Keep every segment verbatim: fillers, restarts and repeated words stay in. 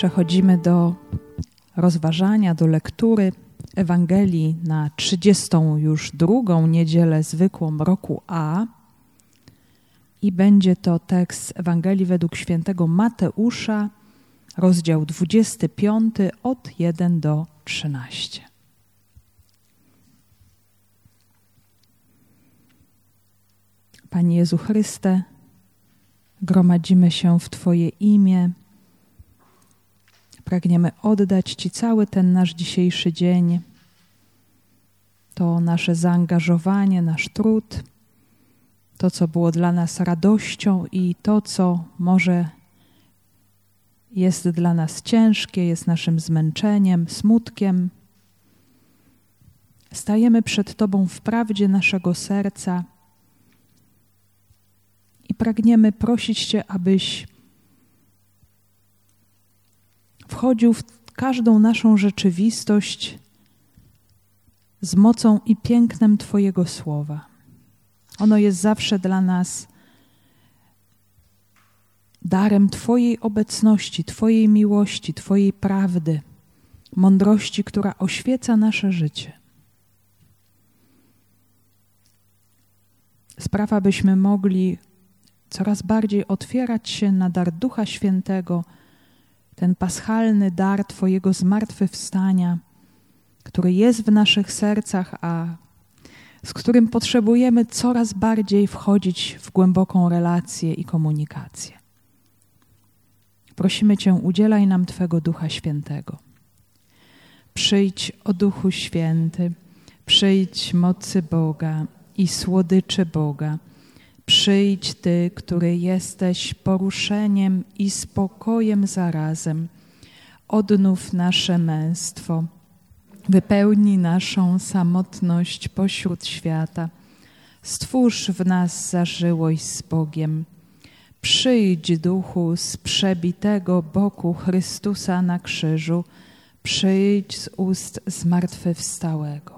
Przechodzimy do rozważania, do lektury Ewangelii na trzydziestą już drugą niedzielę zwykłą roku A. I będzie to tekst Ewangelii według świętego Mateusza, rozdział dwudziesty piąty, od pierwszego do trzynastego. Panie Jezu Chryste, gromadzimy się w Twoje imię. Pragniemy oddać Ci cały ten nasz dzisiejszy dzień, to nasze zaangażowanie, nasz trud, to, co było dla nas radością i to, co może jest dla nas ciężkie, jest naszym zmęczeniem, smutkiem. Stajemy przed Tobą w prawdzie naszego serca i pragniemy prosić Cię, abyś wchodził w każdą naszą rzeczywistość z mocą i pięknem Twojego słowa. Ono jest zawsze dla nas darem Twojej obecności, Twojej miłości, Twojej prawdy, mądrości, która oświeca nasze życie. Sprawa, byśmy mogli coraz bardziej otwierać się na dar Ducha Świętego, ten paschalny dar Twojego zmartwychwstania, który jest w naszych sercach, a z którym potrzebujemy coraz bardziej wchodzić w głęboką relację i komunikację. Prosimy Cię, udzielaj nam Twego Ducha Świętego. Przyjdź, o Duchu Święty, przyjdź mocy Boga i słodyczy Boga. Przyjdź Ty, który jesteś poruszeniem i spokojem zarazem. Odnów nasze męstwo. Wypełnij naszą samotność pośród świata. Stwórz w nas zażyłość z Bogiem. Przyjdź, Duchu, z przebitego boku Chrystusa na krzyżu. Przyjdź z ust zmartwychwstałego.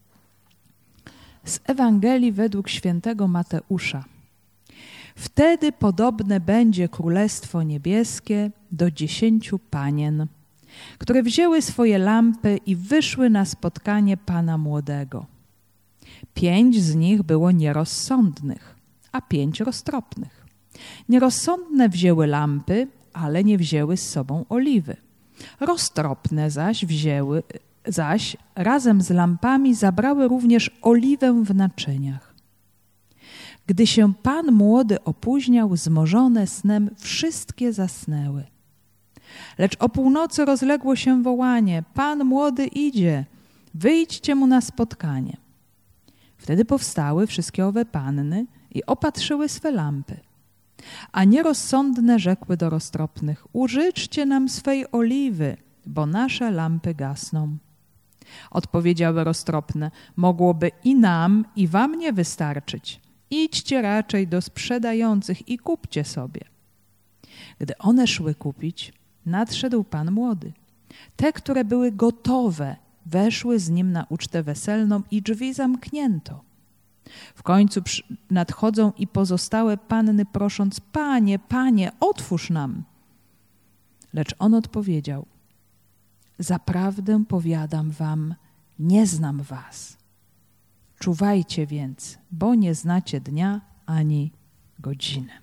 Z Ewangelii według świętego Mateusza. Wtedy podobne będzie Królestwo Niebieskie do dziesięciu panien, które wzięły swoje lampy i wyszły na spotkanie Pana Młodego. Pięć z nich było nierozsądnych, a pięć roztropnych. Nierozsądne wzięły lampy, ale nie wzięły z sobą oliwy. Roztropne zaś wzięły, zaś razem z lampami zabrały również oliwę w naczyniach. Gdy się Pan Młody opóźniał, zmorzone snem, wszystkie zasnęły. Lecz o północy rozległo się wołanie: Pan Młody idzie, wyjdźcie mu na spotkanie. Wtedy powstały wszystkie owe panny i opatrzyły swe lampy. A nierozsądne rzekły do roztropnych: użyczcie nam swej oliwy, bo nasze lampy gasną. Odpowiedziały roztropne: mogłoby i nam, i wam nie wystarczyć. Idźcie raczej do sprzedających i kupcie sobie. Gdy one szły kupić, nadszedł Pan Młody. Te, które były gotowe, weszły z nim na ucztę weselną i drzwi zamknięto. W końcu nadchodzą i pozostałe panny, prosząc: Panie, Panie, otwórz nam. Lecz on odpowiedział: zaprawdę powiadam wam, nie znam was. Czuwajcie więc, bo nie znacie dnia ani godziny.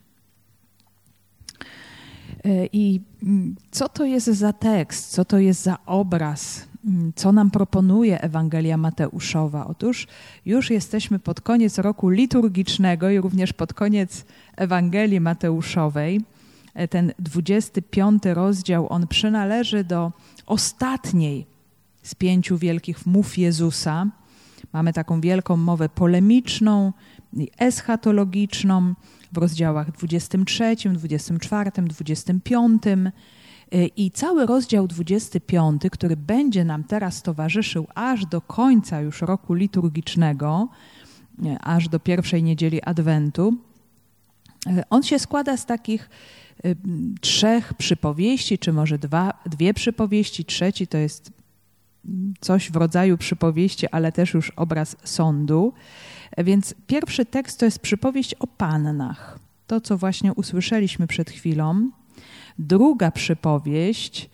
I co to jest za tekst, co to jest za obraz, co nam proponuje Ewangelia Mateuszowa? Otóż już jesteśmy pod koniec roku liturgicznego i również pod koniec Ewangelii Mateuszowej. Ten dwudziesty piąty rozdział, on przynależy do ostatniej z pięciu wielkich mów Jezusa. Mamy taką wielką mowę polemiczną i eschatologiczną w rozdziałach dwudziestym trzecim, dwudziestym czwartym, dwudziestym piątym. I cały rozdział dwudziesty piąty, który będzie nam teraz towarzyszył aż do końca już roku liturgicznego, aż do pierwszej niedzieli Adwentu, on się składa z takich trzech przypowieści, czy może dwa, dwie przypowieści. Trzeci to jest coś w rodzaju przypowieści, ale też już obraz sądu. Więc pierwszy tekst to jest przypowieść o pannach. To, co właśnie usłyszeliśmy przed chwilą. Druga przypowieść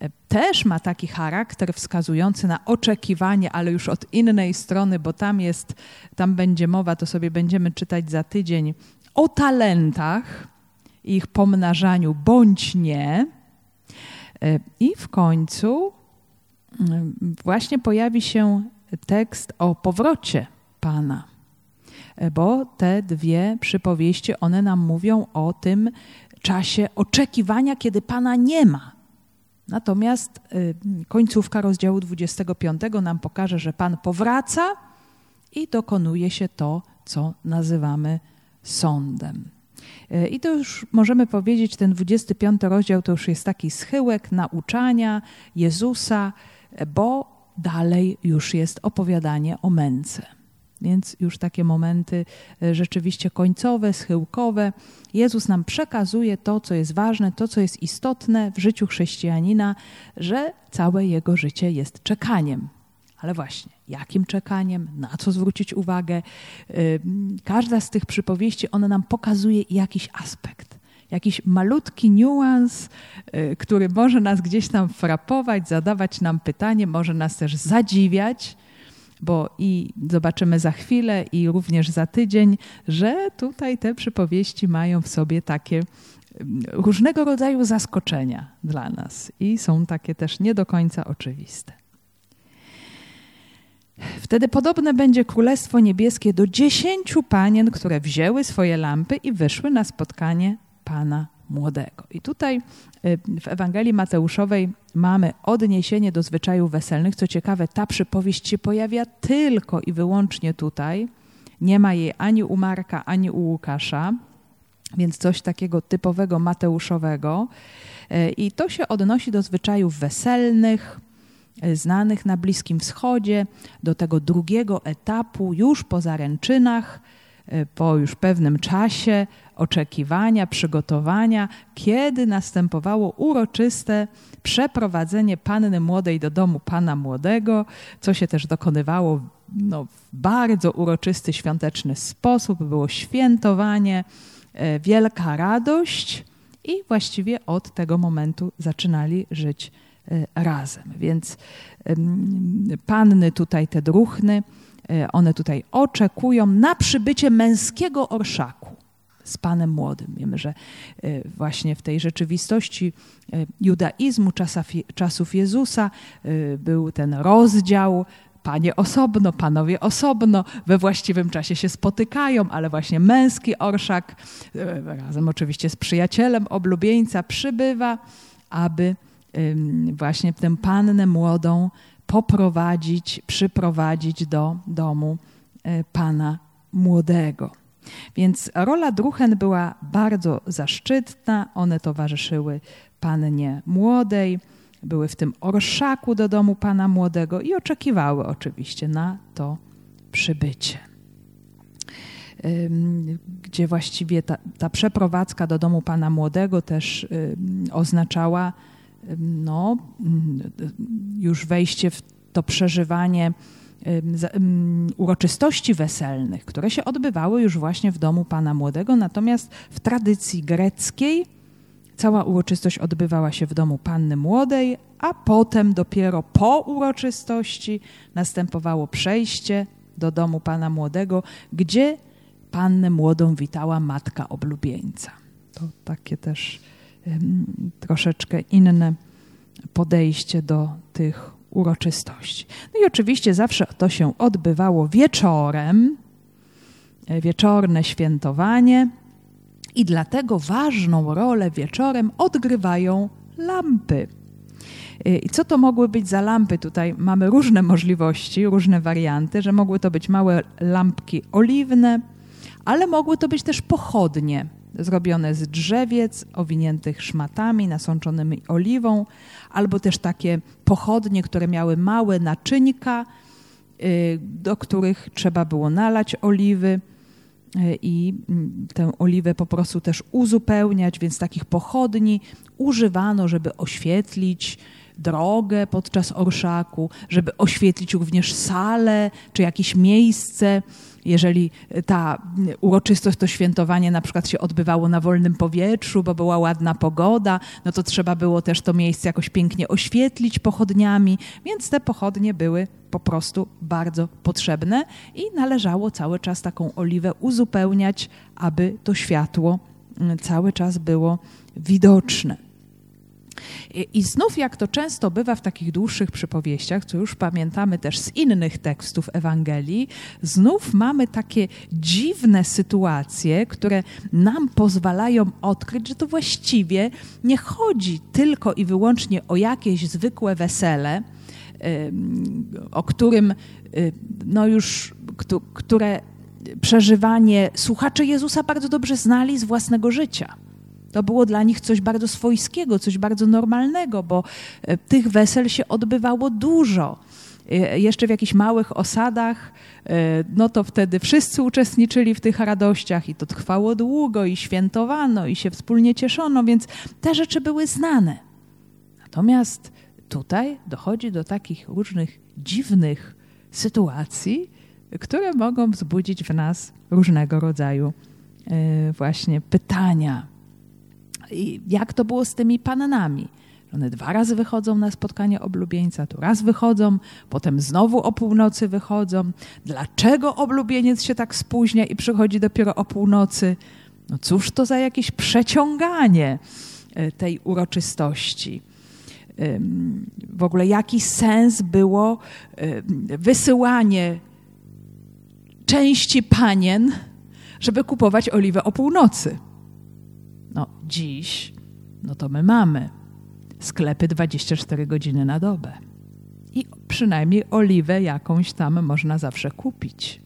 też ma taki charakter wskazujący na oczekiwanie, ale już od innej strony, bo tam jest, tam będzie mowa, to sobie będziemy czytać za tydzień, o talentach, ich pomnażaniu bądź nie. I w końcu właśnie pojawi się tekst o powrocie Pana, bo te dwie przypowieści, one nam mówią o tym czasie oczekiwania, kiedy Pana nie ma. Natomiast końcówka rozdziału dwudziestego piątego nam pokaże, że Pan powraca i dokonuje się to, co nazywamy sądem. I to już możemy powiedzieć, ten dwudziesty piąty rozdział to już jest taki schyłek nauczania Jezusa, bo dalej już jest opowiadanie o męce. Więc już takie momenty rzeczywiście końcowe, schyłkowe. Jezus nam przekazuje to, co jest ważne, to, co jest istotne w życiu chrześcijanina, że całe jego życie jest czekaniem. Ale właśnie, jakim czekaniem, na co zwrócić uwagę? Każda z tych przypowieści, ona nam pokazuje jakiś aspekt, jakiś malutki niuans, który może nas gdzieś tam frapować, zadawać nam pytanie, może nas też zadziwiać, bo i zobaczymy za chwilę i również za tydzień, że tutaj te przypowieści mają w sobie takie różnego rodzaju zaskoczenia dla nas i są takie też nie do końca oczywiste. Wtedy podobne będzie Królestwo Niebieskie do dziesięciu panien, które wzięły swoje lampy i wyszły na spotkanie Pana Młodego. I tutaj w Ewangelii Mateuszowej mamy odniesienie do zwyczajów weselnych. Co ciekawe, ta przypowieść się pojawia tylko i wyłącznie tutaj. Nie ma jej ani u Marka, ani u Łukasza, więc coś takiego typowego mateuszowego. I to się odnosi do zwyczajów weselnych, znanych na Bliskim Wschodzie, do tego drugiego etapu już po zaręczynach, po już pewnym czasie oczekiwania, przygotowania, kiedy następowało uroczyste przeprowadzenie panny młodej do domu Pana Młodego, co się też dokonywało no, w bardzo uroczysty, świąteczny sposób. Było świętowanie, wielka radość i właściwie od tego momentu zaczynali żyć razem. Więc panny tutaj, te druhny, one tutaj oczekują na przybycie męskiego orszaku z Panem Młodym. Wiemy, że właśnie w tej rzeczywistości judaizmu czasów Jezusa był ten rozdział panie osobno, panowie osobno, we właściwym czasie się spotykają, ale właśnie męski orszak razem oczywiście z przyjacielem oblubieńca przybywa, aby właśnie tę pannę młodą poprowadzić, przyprowadzić do domu Pana Młodego. Więc rola druhen była bardzo zaszczytna. One towarzyszyły pannie młodej, były w tym orszaku do domu Pana Młodego i oczekiwały oczywiście na to przybycie. Gdzie właściwie ta, ta przeprowadzka do domu Pana Młodego też oznaczała no, już wejście w to przeżywanie uroczystości weselnych, które się odbywały już właśnie w domu Pana Młodego, natomiast w tradycji greckiej cała uroczystość odbywała się w domu Panny Młodej, a potem dopiero po uroczystości następowało przejście do domu Pana Młodego, gdzie Pannę Młodą witała matka oblubieńca. To takie też um, troszeczkę inne podejście do tych uroczystości. No i oczywiście zawsze to się odbywało wieczorem, wieczorne świętowanie i dlatego ważną rolę wieczorem odgrywają lampy. I co to mogły być za lampy? Tutaj mamy różne możliwości, różne warianty, że mogły to być małe lampki oliwne, ale mogły to być też pochodnie zrobione z drzewiec, owiniętych szmatami, nasączonymi oliwą, albo też takie pochodnie, które miały małe naczyńka, do których trzeba było nalać oliwy i tę oliwę po prostu też uzupełniać, więc takich pochodni używano, żeby oświetlić drogę podczas orszaku, żeby oświetlić również salę czy jakieś miejsce. Jeżeli ta uroczystość, to świętowanie na przykład się odbywało na wolnym powietrzu, bo była ładna pogoda, no to trzeba było też to miejsce jakoś pięknie oświetlić pochodniami, więc te pochodnie były po prostu bardzo potrzebne i należało cały czas taką oliwę uzupełniać, aby to światło cały czas było widoczne. I znów, jak to często bywa w takich dłuższych przypowieściach, co już pamiętamy też z innych tekstów Ewangelii, znów mamy takie dziwne sytuacje, które nam pozwalają odkryć, że to właściwie nie chodzi tylko i wyłącznie o jakieś zwykłe wesele, o którym no już, które przeżywanie słuchacze Jezusa bardzo dobrze znali z własnego życia. To było dla nich coś bardzo swojskiego, coś bardzo normalnego, bo tych wesel się odbywało dużo. Jeszcze w jakichś małych osadach, no to wtedy wszyscy uczestniczyli w tych radościach i to trwało długo i świętowano i się wspólnie cieszono, więc te rzeczy były znane. Natomiast tutaj dochodzi do takich różnych dziwnych sytuacji, które mogą wzbudzić w nas różnego rodzaju właśnie pytania. I jak to było z tymi pannami? One dwa razy wychodzą na spotkanie oblubieńca, tu raz wychodzą, potem znowu o północy wychodzą. Dlaczego oblubieniec się tak spóźnia i przychodzi dopiero o północy? No cóż to za jakieś przeciąganie tej uroczystości? W ogóle jaki sens było wysyłanie części panien, żeby kupować oliwę o północy? No dziś, no to my mamy sklepy dwadzieścia cztery godziny na dobę i przynajmniej oliwę jakąś tam można zawsze kupić.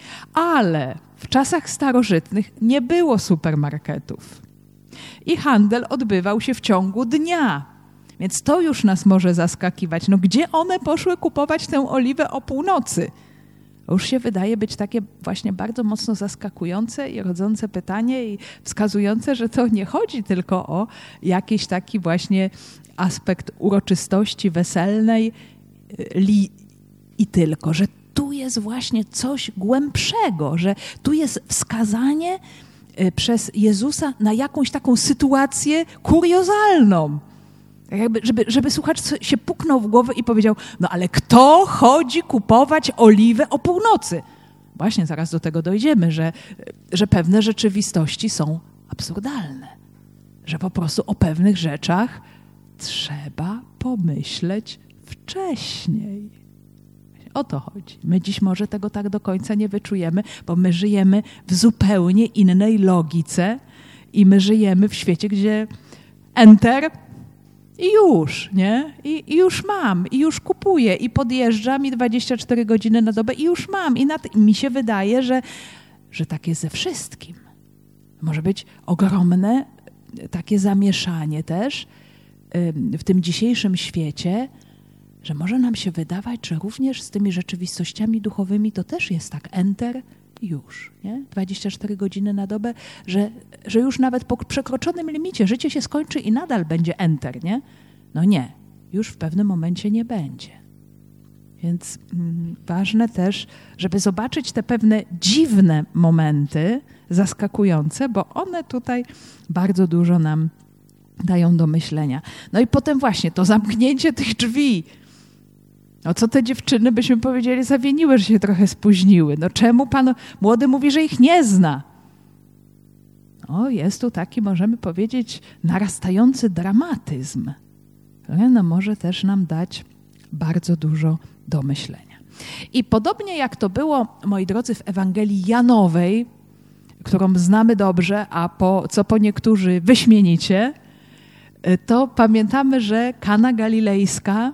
Ale w czasach starożytnych nie było supermarketów i handel odbywał się w ciągu dnia, więc to już nas może zaskakiwać. No gdzie one poszły kupować tę oliwę o północy? Już się wydaje być takie właśnie bardzo mocno zaskakujące i rodzące pytanie i wskazujące, że to nie chodzi tylko o jakiś taki właśnie aspekt uroczystości weselnej li i tylko, że tu jest właśnie coś głębszego, że tu jest wskazanie przez Jezusa na jakąś taką sytuację kuriozalną. Jakby, żeby, żeby słuchacz się puknął w głowę i powiedział, no ale kto chodzi kupować oliwę o północy? Właśnie zaraz do tego dojdziemy, że, że pewne rzeczywistości są absurdalne. Że po prostu o pewnych rzeczach trzeba pomyśleć wcześniej. O to chodzi. My dziś może tego tak do końca nie wyczujemy, bo my żyjemy w zupełnie innej logice i my żyjemy w świecie, gdzie enter i już, nie? I, I już mam, i już kupuję, i podjeżdżam, i dwadzieścia cztery godziny na dobę, i już mam. I na t- mi się wydaje, że, że tak jest ze wszystkim. Może być ogromne takie zamieszanie też w tym dzisiejszym świecie, że może nam się wydawać, że również z tymi rzeczywistościami duchowymi to też jest tak enter i już, nie? dwadzieścia cztery godziny na dobę, że, że już nawet po przekroczonym limicie życie się skończy i nadal będzie enter, nie? No nie, już w pewnym momencie nie będzie. Więc mm, ważne też, żeby zobaczyć te pewne dziwne momenty, zaskakujące, bo one tutaj bardzo dużo nam dają do myślenia. No i potem właśnie to zamknięcie tych drzwi. No co te dziewczyny, byśmy powiedzieli, zawieniły, że się trochę spóźniły. No czemu pan młody mówi, że ich nie zna? O, jest tu taki, możemy powiedzieć, narastający dramatyzm. No może też nam dać bardzo dużo do myślenia. I podobnie jak to było, moi drodzy, w Ewangelii Janowej, którą znamy dobrze, a po, co po niektórzy wyśmienicie, to pamiętamy, że Kana Galilejska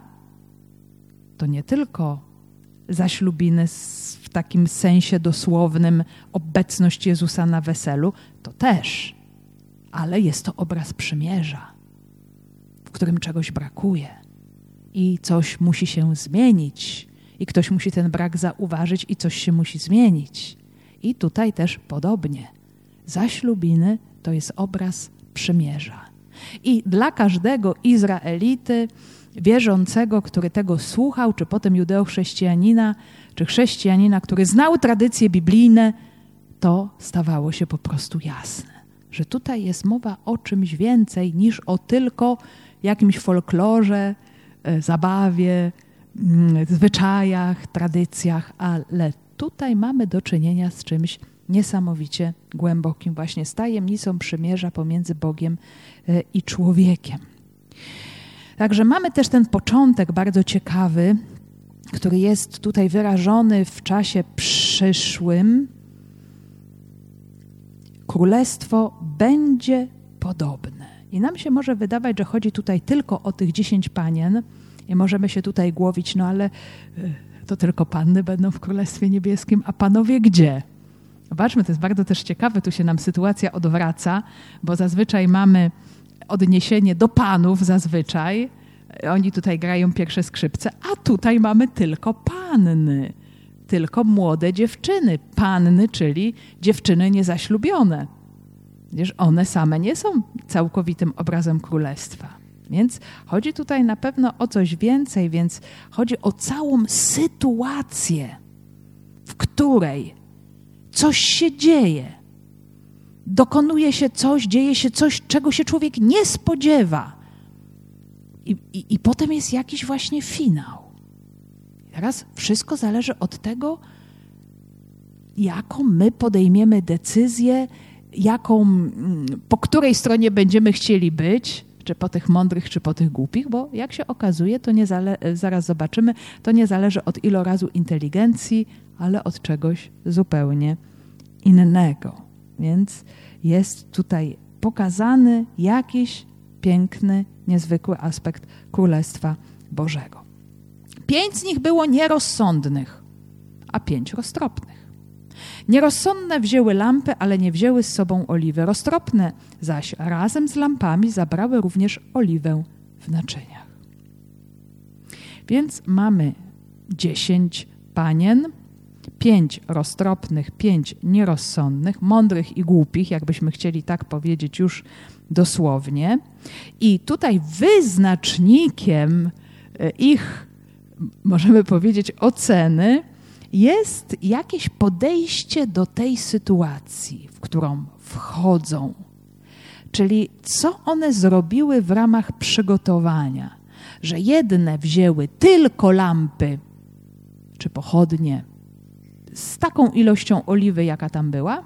to nie tylko zaślubiny w takim sensie dosłownym, obecność Jezusa na weselu, to też, ale jest to obraz przymierza, w którym czegoś brakuje i coś musi się zmienić i ktoś musi ten brak zauważyć i coś się musi zmienić. I tutaj też podobnie. Zaślubiny to jest obraz przymierza. I dla każdego Izraelity wierzącego, który tego słuchał, czy potem judeochrześcijanina, czy chrześcijanina, który znał tradycje biblijne, to stawało się po prostu jasne, że tutaj jest mowa o czymś więcej niż o tylko jakimś folklorze, zabawie, zwyczajach, tradycjach, ale tutaj mamy do czynienia z czymś niesamowicie głębokim, właśnie z tajemnicą przymierza pomiędzy Bogiem i człowiekiem. Także mamy też ten początek bardzo ciekawy, który jest tutaj wyrażony w czasie przyszłym. Królestwo będzie podobne. I nam się może wydawać, że chodzi tutaj tylko o tych dziesięć panien i możemy się tutaj głowić, no ale to tylko panny będą w Królestwie Niebieskim, a panowie gdzie? Zobaczmy, to jest bardzo też ciekawe, tu się nam sytuacja odwraca, bo zazwyczaj mamy odniesienie do panów zazwyczaj, oni tutaj grają pierwsze skrzypce, a tutaj mamy tylko panny, tylko młode dziewczyny, panny, czyli dziewczyny niezaślubione. Wiesz, one same nie są całkowitym obrazem królestwa. Więc chodzi tutaj na pewno o coś więcej, więc chodzi o całą sytuację, w której coś się dzieje, dokonuje się coś, dzieje się coś, czego się człowiek nie spodziewa. I, i, i potem jest jakiś właśnie finał. Teraz wszystko zależy od tego, jaką my podejmiemy decyzję, jaką, po której stronie będziemy chcieli być, czy po tych mądrych, czy po tych głupich, bo jak się okazuje, to nie zale- zaraz zobaczymy, to nie zależy od ilorazu inteligencji, ale od czegoś zupełnie innego. Więc jest tutaj pokazany jakiś piękny, niezwykły aspekt Królestwa Bożego. Pięć z nich było nierozsądnych, a pięć roztropnych. Nierozsądne wzięły lampy, ale nie wzięły z sobą oliwy. Roztropne zaś razem z lampami zabrały również oliwę w naczyniach. Więc mamy dziesięć panien, pięć roztropnych, pięć nierozsądnych, mądrych i głupich, jakbyśmy chcieli tak powiedzieć już dosłownie. I tutaj wyznacznikiem ich, możemy powiedzieć, oceny jest jakieś podejście do tej sytuacji, w którą wchodzą. Czyli co one zrobiły w ramach przygotowania. Że jedne wzięły tylko lampy czy pochodnie z taką ilością oliwy, jaka tam była,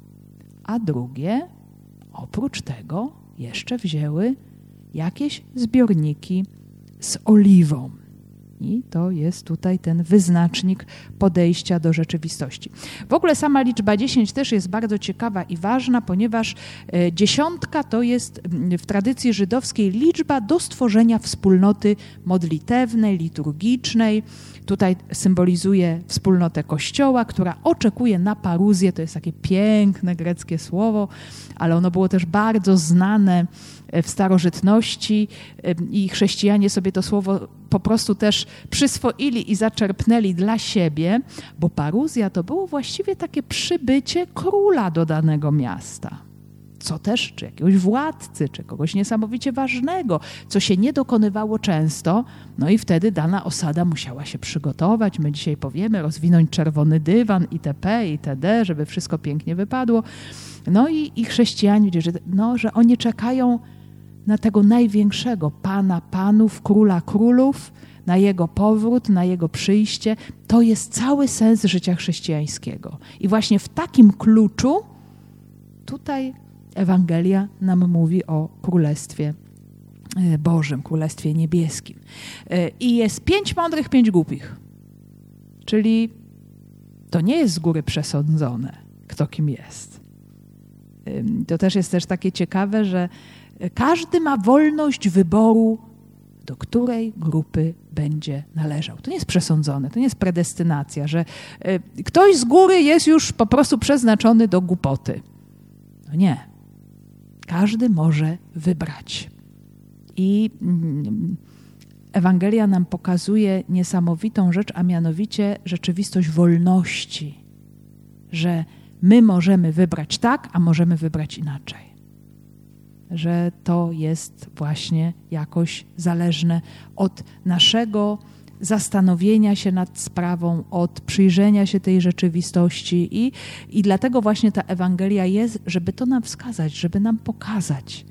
a drugie oprócz tego jeszcze wzięły jakieś zbiorniki z oliwą. I to jest tutaj ten wyznacznik podejścia do rzeczywistości. W ogóle sama liczba dziesięć też jest bardzo ciekawa i ważna, ponieważ dziesiątka to jest w tradycji żydowskiej liczba do stworzenia wspólnoty modlitewnej, liturgicznej. Tutaj symbolizuje wspólnotę Kościoła, która oczekuje na paruzję. To jest takie piękne greckie słowo, ale ono było też bardzo znane w starożytności i chrześcijanie sobie to słowo po prostu też przyswoili i zaczerpnęli dla siebie, bo paruzja to było właściwie takie przybycie króla do danego miasta. Co też, czy jakiegoś władcy, czy kogoś niesamowicie ważnego, co się nie dokonywało często, no i wtedy dana osada musiała się przygotować. My dzisiaj powiemy, rozwinąć czerwony dywan itp., itd., żeby wszystko pięknie wypadło. No i, i chrześcijanie, że, no, że oni czekają na tego największego Pana Panów, Króla Królów, na Jego powrót, na Jego przyjście. To jest cały sens życia chrześcijańskiego. I właśnie w takim kluczu tutaj Ewangelia nam mówi o Królestwie Bożym, Królestwie Niebieskim. I jest pięć mądrych, pięć głupich. Czyli to nie jest z góry przesądzone, kto kim jest. To też jest też takie ciekawe, że każdy ma wolność wyboru, do której grupy będzie należał. To nie jest przesądzone, to nie jest predestynacja, że ktoś z góry jest już po prostu przeznaczony do głupoty. No nie. Każdy może wybrać. I Ewangelia nam pokazuje niesamowitą rzecz, a mianowicie rzeczywistość wolności. Że my możemy wybrać tak, a możemy wybrać inaczej. że to jest właśnie jakoś zależne od naszego zastanowienia się nad sprawą, od przyjrzenia się tej rzeczywistości i, i dlatego właśnie ta Ewangelia jest, żeby to nam wskazać, żeby nam pokazać,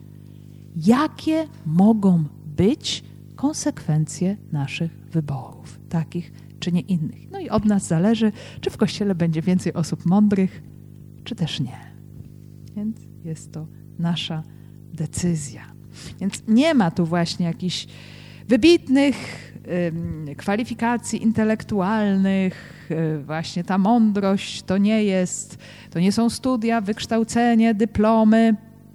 jakie mogą być konsekwencje naszych wyborów, takich czy nie innych. No i od nas zależy, czy w Kościele będzie więcej osób mądrych, czy też nie. Więc jest to nasza decyzja. Więc nie ma tu właśnie jakichś wybitnych ym, kwalifikacji intelektualnych, yy, właśnie ta mądrość to nie jest, to nie są studia, wykształcenie, dyplomy.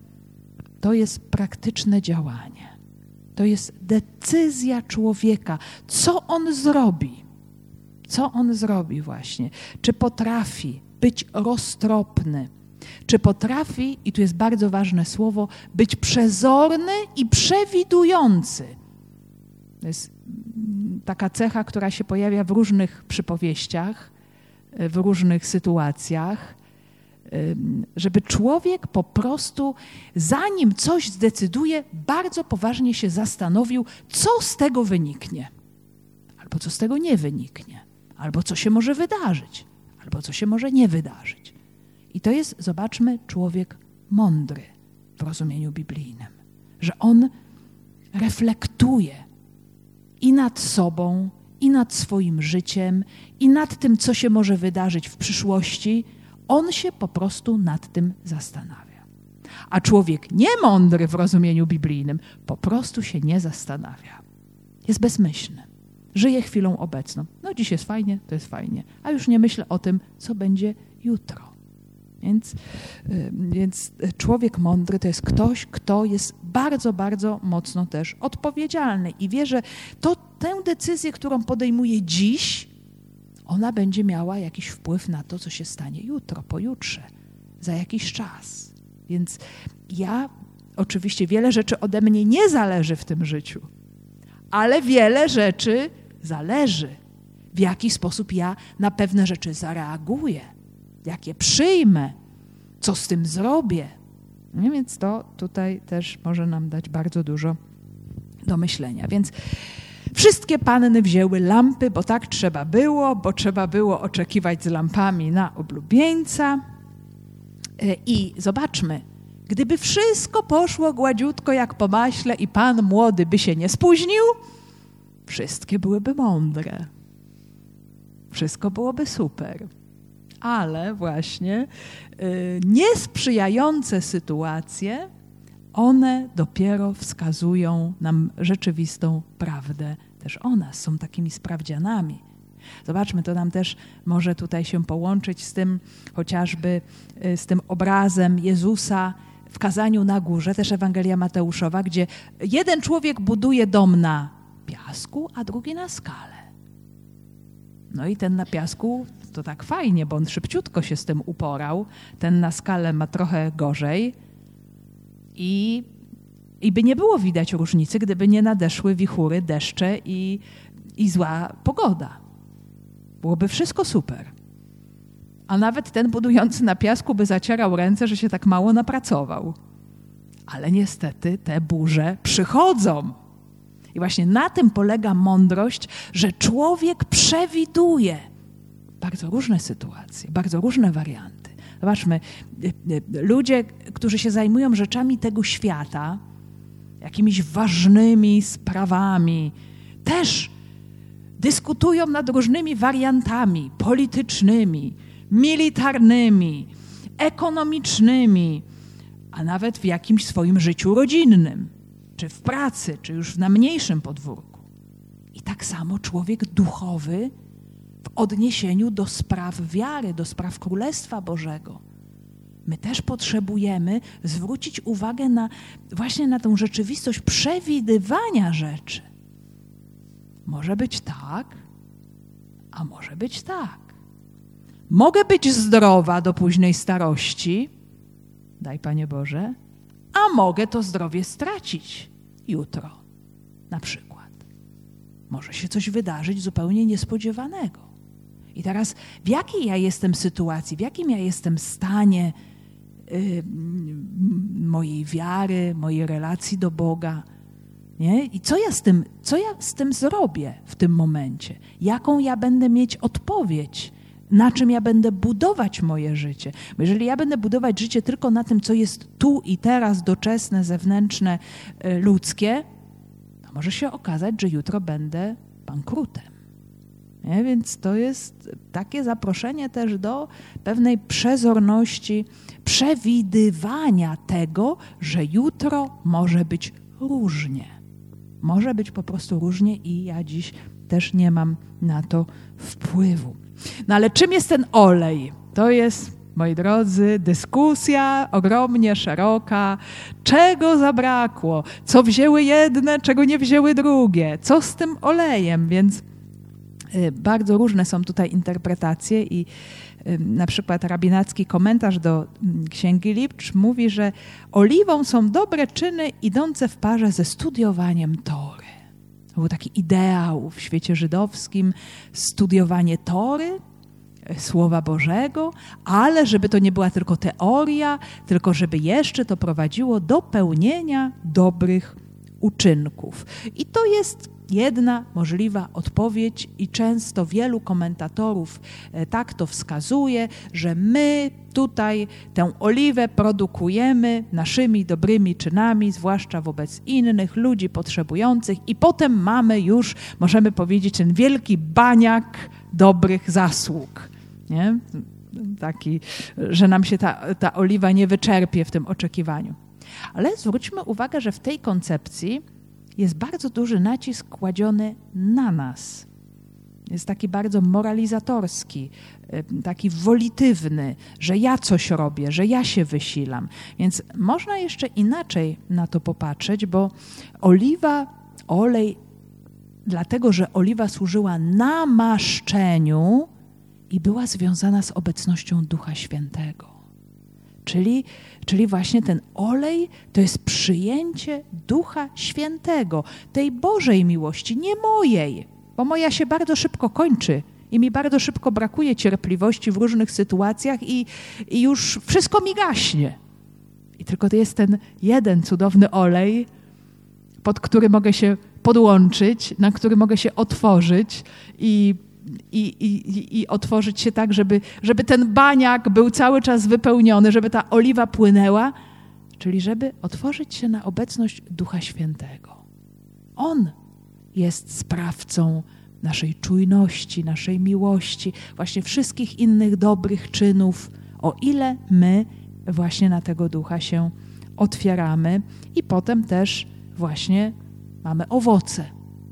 To jest praktyczne działanie. To jest decyzja człowieka. Co on zrobi? Co on zrobi właśnie? Czy potrafi być roztropny? Czy potrafi, i tu jest bardzo ważne słowo, być przezorny i przewidujący? To jest taka cecha, która się pojawia w różnych przypowieściach, w różnych sytuacjach, żeby człowiek po prostu, zanim coś zdecyduje, bardzo poważnie się zastanowił, co z tego wyniknie, albo co z tego nie wyniknie, albo co się może wydarzyć, albo co się może nie wydarzyć. I to jest, zobaczmy, człowiek mądry w rozumieniu biblijnym, że on reflektuje i nad sobą, i nad swoim życiem, i nad tym, co się może wydarzyć w przyszłości. On się po prostu nad tym zastanawia. A człowiek niemądry w rozumieniu biblijnym po prostu się nie zastanawia. Jest bezmyślny. Żyje chwilą obecną. No dziś jest fajnie, to jest fajnie. A już nie myślę o tym, co będzie jutro. Więc, więc człowiek mądry to jest ktoś, kto jest bardzo, bardzo mocno też odpowiedzialny i wie, że to, tę decyzję, którą podejmuje dziś, ona będzie miała jakiś wpływ na to, co się stanie jutro, pojutrze, za jakiś czas. Więc ja, oczywiście wiele rzeczy ode mnie nie zależy w tym życiu, ale wiele rzeczy zależy, w jaki sposób ja na pewne rzeczy zareaguję, jak je przyjmę, co z tym zrobię. No więc to tutaj też może nam dać bardzo dużo do myślenia. Więc wszystkie panny wzięły lampy, bo tak trzeba było, bo trzeba było oczekiwać z lampami na oblubieńca. I zobaczmy, gdyby wszystko poszło gładziutko jak po maśle i pan młody by się nie spóźnił, wszystkie byłyby mądre. Wszystko byłoby super. Ale właśnie y, niesprzyjające sytuacje, one dopiero wskazują nam rzeczywistą prawdę też o nas, są takimi sprawdzianami. Zobaczmy, to nam też może tutaj się połączyć z tym chociażby y, z tym obrazem Jezusa w kazaniu na górze, też Ewangelia Mateuszowa, gdzie jeden człowiek buduje dom na piasku, a drugi na skale. No i ten na piasku to tak fajnie, bo on szybciutko się z tym uporał. Ten na skale ma trochę gorzej i, i by nie było widać różnicy, gdyby nie nadeszły wichury, deszcze i, i zła pogoda. Byłoby wszystko super. A nawet ten budujący na piasku by zacierał ręce, że się tak mało napracował. Ale niestety te burze przychodzą. I właśnie na tym polega mądrość, że człowiek przewiduje bardzo różne sytuacje, bardzo różne warianty. Zobaczmy, ludzie, którzy się zajmują rzeczami tego świata, jakimiś ważnymi sprawami, też dyskutują nad różnymi wariantami politycznymi, militarnymi, ekonomicznymi, a nawet w jakimś swoim życiu rodzinnym, czy w pracy, czy już na mniejszym podwórku. I tak samo człowiek duchowy w odniesieniu do spraw wiary, do spraw Królestwa Bożego. My też potrzebujemy zwrócić uwagę na właśnie na tę rzeczywistość przewidywania rzeczy. Może być tak, a może być tak. Mogę być zdrowa do późnej starości, daj Panie Boże, a mogę to zdrowie stracić jutro, na przykład. Może się coś wydarzyć zupełnie niespodziewanego. I teraz w jakiej ja jestem sytuacji, w jakim ja jestem stanie y, mojej wiary, mojej relacji do Boga. Nie? I co ja z tym, co ja z tym zrobię w tym momencie? Jaką ja będę mieć odpowiedź? Na czym ja będę budować moje życie? Bo jeżeli ja będę budować życie tylko na tym, co jest tu i teraz, doczesne, zewnętrzne, ludzkie, to może się okazać, że jutro będę bankrutem. Nie? Więc to jest takie zaproszenie też do pewnej przezorności, przewidywania tego, że jutro może być różnie. Może być po prostu różnie i ja dziś też nie mam na to wpływu. No ale czym jest ten olej? To jest, moi drodzy, dyskusja ogromnie szeroka. Czego zabrakło? Co wzięły jedne, czego nie wzięły drugie? Co z tym olejem? Więc y, bardzo różne są tutaj interpretacje i y, na przykład rabinacki komentarz do y, Księgi Lipcz mówi, że oliwą są dobre czyny idące w parze ze studiowaniem Tory. To był taki ideał w świecie żydowskim, studiowanie Tory, Słowa Bożego, ale żeby to nie była tylko teoria, tylko żeby jeszcze to prowadziło do pełnienia dobrych uczynków. I to jest jedna możliwa odpowiedź i często wielu komentatorów tak to wskazuje, że my tutaj tę oliwę produkujemy naszymi dobrymi czynami, zwłaszcza wobec innych ludzi potrzebujących i potem mamy już, możemy powiedzieć, ten wielki baniak dobrych zasług. Nie? Taki, że nam się ta, ta oliwa nie wyczerpie w tym oczekiwaniu. Ale zwróćmy uwagę, że w tej koncepcji jest bardzo duży nacisk kładziony na nas. Jest taki bardzo moralizatorski, taki wolitywny, że ja coś robię, że ja się wysilam. Więc można jeszcze inaczej na to popatrzeć, bo oliwa, olej, dlatego że oliwa służyła namaszczeniu i była związana z obecnością Ducha Świętego. Czyli, czyli właśnie ten olej to jest przyjęcie Ducha Świętego, tej Bożej miłości, nie mojej, bo moja się bardzo szybko kończy i mi bardzo szybko brakuje cierpliwości w różnych sytuacjach i, i już wszystko mi gaśnie. I tylko to jest ten jeden cudowny olej, pod który mogę się podłączyć, na który mogę się otworzyć i I, i, i otworzyć się tak, żeby, żeby ten baniak był cały czas wypełniony, żeby ta oliwa płynęła, czyli żeby otworzyć się na obecność Ducha Świętego. On jest sprawcą naszej czujności, naszej miłości, właśnie wszystkich innych dobrych czynów, o ile my właśnie na tego Ducha się otwieramy i potem też właśnie mamy owoce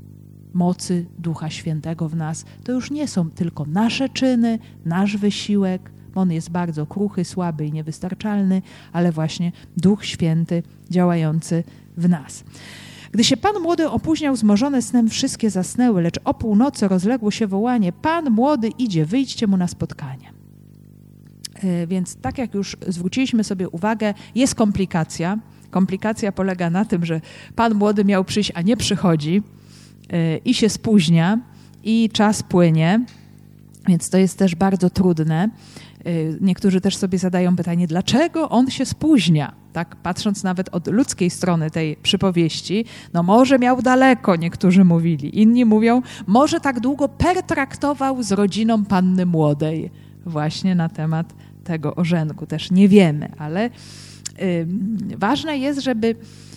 mocy Ducha Świętego w nas. To już nie są tylko nasze czyny, nasz wysiłek, on jest bardzo kruchy, słaby i niewystarczalny, ale właśnie Duch Święty działający w nas. Gdy się Pan młody opóźniał, zmorzone snem wszystkie zasnęły, lecz o północy rozległo się wołanie: Pan młody idzie, wyjdźcie mu na spotkanie. Więc tak jak już zwróciliśmy sobie uwagę, jest komplikacja. Komplikacja polega na tym, że Pan młody miał przyjść, a nie przychodzi i się spóźnia i czas płynie, więc to jest też bardzo trudne. Niektórzy też sobie zadają pytanie, dlaczego on się spóźnia? Tak, patrząc nawet od ludzkiej strony tej przypowieści, no może miał daleko, niektórzy mówili. Inni mówią, może tak długo pertraktował z rodziną panny młodej. Właśnie na temat tego orzenku też nie wiemy, ale y, ważne jest, żeby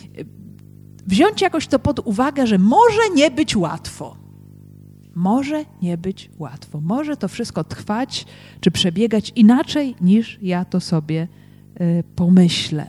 wziąć jakoś to pod uwagę, że może nie być łatwo. Może nie być łatwo. Może to wszystko trwać, czy przebiegać inaczej, niż ja to sobie y, pomyślę.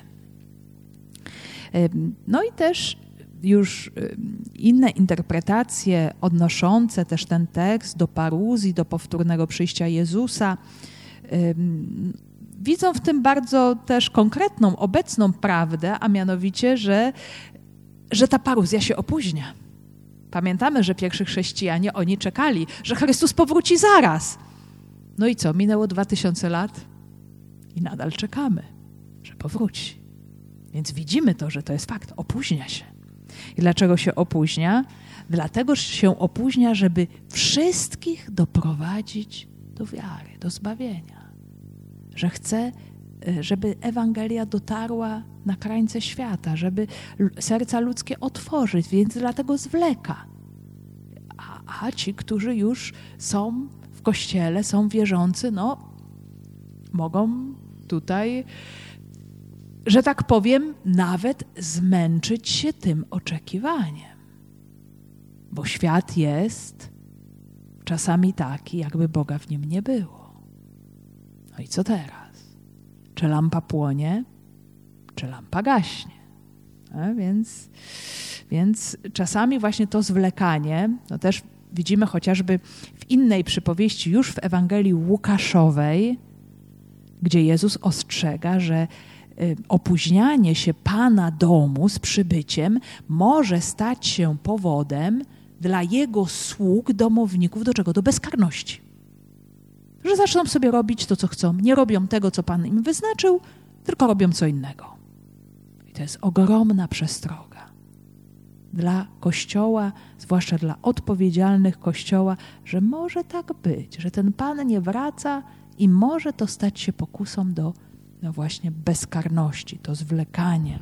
Y, no i też już y, inne interpretacje odnoszące też ten tekst do paruzji, do powtórnego przyjścia Jezusa, y, widzą w tym bardzo też konkretną, obecną prawdę, a mianowicie, że, że ta paruzja się opóźnia. Pamiętamy, że pierwsi chrześcijanie, oni czekali, że Chrystus powróci zaraz. No i co? Minęło dwa tysiące lat i nadal czekamy, że powróci. Więc widzimy to, że to jest fakt. Opóźnia się. I dlaczego się opóźnia? Dlatego się opóźnia, żeby wszystkich doprowadzić do wiary, do zbawienia. Że chce żeby Ewangelia dotarła na krańce świata, żeby serca ludzkie otworzyć, więc dlatego zwleka. A, a ci, którzy już są w Kościele, są wierzący, no mogą tutaj, że tak powiem, nawet zmęczyć się tym oczekiwaniem. Bo świat jest czasami taki, jakby Boga w nim nie było. No i co teraz? Czy lampa płonie, czy lampa gaśnie? A więc, więc czasami właśnie to zwlekanie, no też widzimy chociażby w innej przypowieści, już w Ewangelii Łukaszowej, gdzie Jezus ostrzega, że opóźnianie się Pana domu z przybyciem może stać się powodem dla Jego sług, domowników, do czego? Do bezkarności. Że zaczną sobie robić to, co chcą. Nie robią tego, co Pan im wyznaczył, tylko robią co innego. I to jest ogromna przestroga dla Kościoła, zwłaszcza dla odpowiedzialnych Kościoła, że może tak być, że ten Pan nie wraca i może to stać się pokusą do no właśnie bezkarności, to zwlekanie.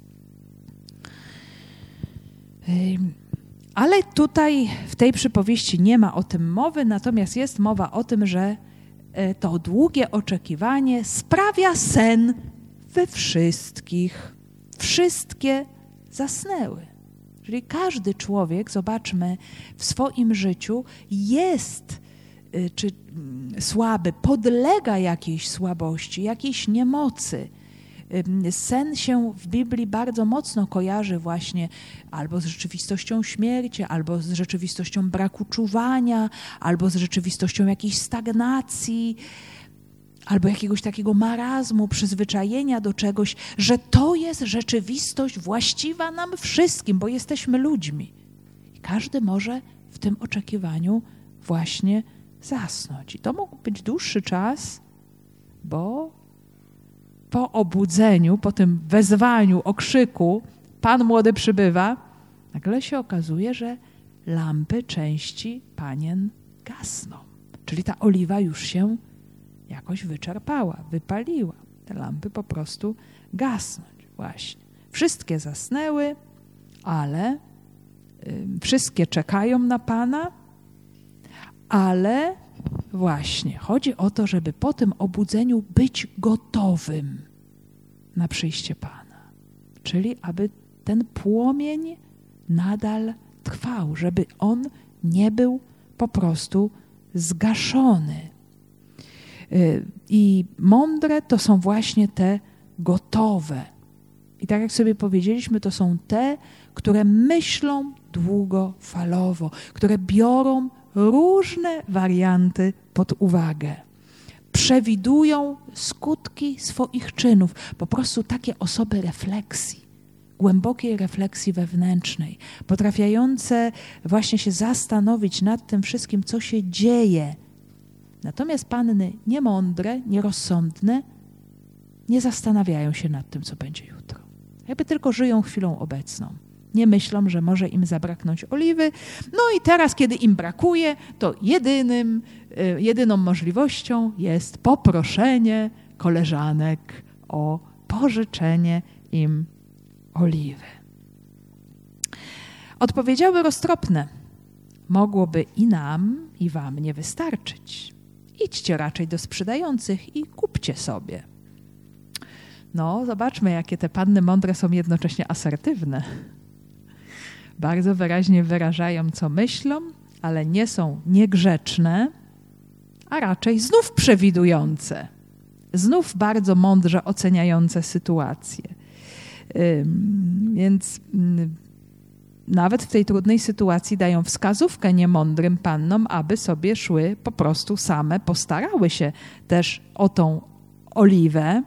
Ale tutaj w tej przypowieści nie ma o tym mowy, natomiast jest mowa o tym, że to długie oczekiwanie sprawia sen we wszystkich. Wszystkie zasnęły. Czyli każdy człowiek, zobaczmy, w swoim życiu jest czy słaby, podlega jakiejś słabości, jakiejś niemocy. Sen się w Biblii bardzo mocno kojarzy właśnie albo z rzeczywistością śmierci, albo z rzeczywistością braku czuwania, albo z rzeczywistością jakiejś stagnacji, albo jakiegoś takiego marazmu, przyzwyczajenia do czegoś, że to jest rzeczywistość właściwa nam wszystkim, bo jesteśmy ludźmi. I każdy może w tym oczekiwaniu właśnie zasnąć. I to mógł być dłuższy czas, bo po obudzeniu, po tym wezwaniu, okrzyku, Pan młody przybywa, nagle się okazuje, że lampy części panien gasną. Czyli ta oliwa już się jakoś wyczerpała, wypaliła. Te lampy po prostu gasnąć właśnie. Wszystkie zasnęły, ale y, wszystkie czekają na Pana, ale właśnie chodzi o to, żeby po tym obudzeniu być gotowym na przyjście Pana. Czyli aby ten płomień nadal trwał, żeby on nie był po prostu zgaszony. I mądre to są właśnie te gotowe. I tak jak sobie powiedzieliśmy, to są te, które myślą długofalowo, które biorą różne warianty pod uwagę. Przewidują skutki swoich czynów. Po prostu takie osoby refleksji, głębokiej refleksji wewnętrznej, potrafiające właśnie się zastanowić nad tym wszystkim, co się dzieje. Natomiast panny niemądre, nierozsądne nie zastanawiają się nad tym, co będzie jutro. Jakby tylko żyją chwilą obecną. Nie myślą, że może im zabraknąć oliwy. No i teraz, kiedy im brakuje, to jedynym, jedyną możliwością jest poproszenie koleżanek o pożyczenie im oliwy. Odpowiedziały roztropne. Mogłoby i nam, i wam nie wystarczyć. Idźcie raczej do sprzedających i kupcie sobie. No, zobaczmy, jakie te panny mądre są jednocześnie asertywne. Bardzo wyraźnie wyrażają, co myślą, ale nie są niegrzeczne, a raczej znów przewidujące. Znów bardzo mądrze oceniające sytuację. Ym, więc ym, nawet w tej trudnej sytuacji dają wskazówkę niemądrym pannom, aby sobie szły po prostu same, postarały się też o tą oliwę.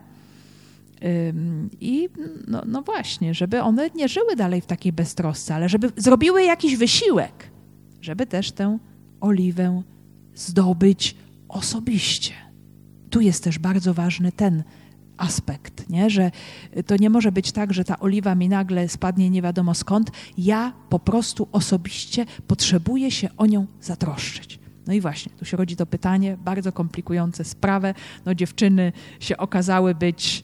I no, no właśnie, żeby one nie żyły dalej w takiej beztrosce, ale żeby zrobiły jakiś wysiłek, żeby też tę oliwę zdobyć osobiście. Tu jest też bardzo ważny ten aspekt, nie? Że to nie może być tak, że ta oliwa mi nagle spadnie nie wiadomo skąd. Ja po prostu osobiście potrzebuję się o nią zatroszczyć. No i właśnie, tu się rodzi to pytanie, bardzo komplikujące sprawę. No dziewczyny się okazały być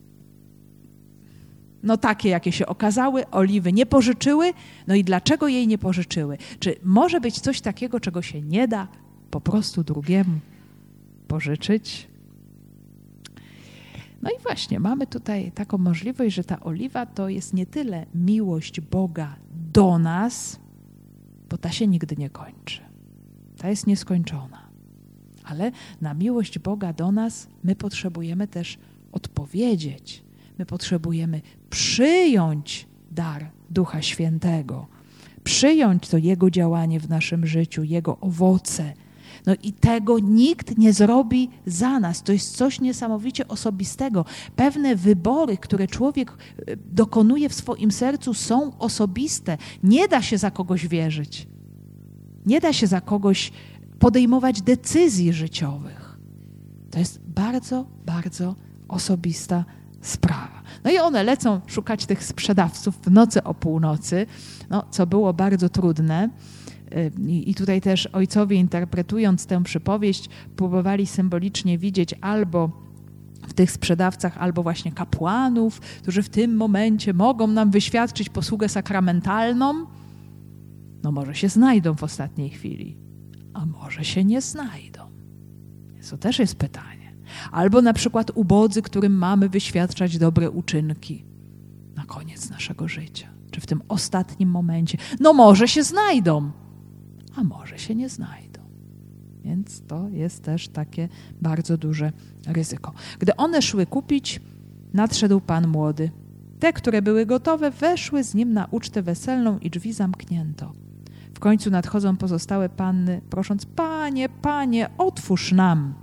no takie, jakie się okazały, oliwy nie pożyczyły. No i dlaczego jej nie pożyczyły? Czy może być coś takiego, czego się nie da po prostu drugiemu pożyczyć? No i właśnie, mamy tutaj taką możliwość, że ta oliwa to jest nie tyle miłość Boga do nas, bo ta się nigdy nie kończy. Ta jest nieskończona. Ale na miłość Boga do nas my potrzebujemy też odpowiedzieć. My potrzebujemy przyjąć dar Ducha Świętego, przyjąć to Jego działanie w naszym życiu, Jego owoce. No i tego nikt nie zrobi za nas. To jest coś niesamowicie osobistego. Pewne wybory, które człowiek dokonuje w swoim sercu, są osobiste. Nie da się za kogoś wierzyć. Nie da się za kogoś podejmować decyzji życiowych. To jest bardzo, bardzo osobista sprawa. No i one lecą szukać tych sprzedawców w nocy o północy, no, co było bardzo trudne. I tutaj też ojcowie, interpretując tę przypowieść, próbowali symbolicznie widzieć albo w tych sprzedawcach, albo właśnie kapłanów, którzy w tym momencie mogą nam wyświadczyć posługę sakramentalną. No może się znajdą w ostatniej chwili, a może się nie znajdą. To też jest pytanie. Albo na przykład ubodzy, którym mamy wyświadczać dobre uczynki na koniec naszego życia, czy w tym ostatnim momencie. No może się znajdą, a może się nie znajdą. Więc to jest też takie bardzo duże ryzyko. Gdy one szły kupić, nadszedł pan młody. Te, które były gotowe, weszły z nim na ucztę weselną i drzwi zamknięto. W końcu nadchodzą pozostałe panny, prosząc: Panie, Panie, otwórz nam.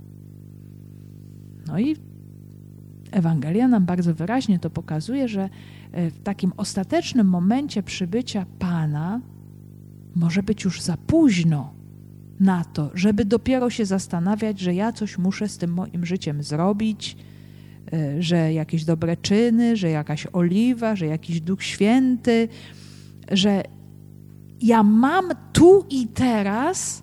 No i Ewangelia nam bardzo wyraźnie to pokazuje, że w takim ostatecznym momencie przybycia Pana może być już za późno na to, żeby dopiero się zastanawiać, że ja coś muszę z tym moim życiem zrobić, że jakieś dobre czyny, że jakaś oliwa, że jakiś Duch Święty, że ja mam tu i teraz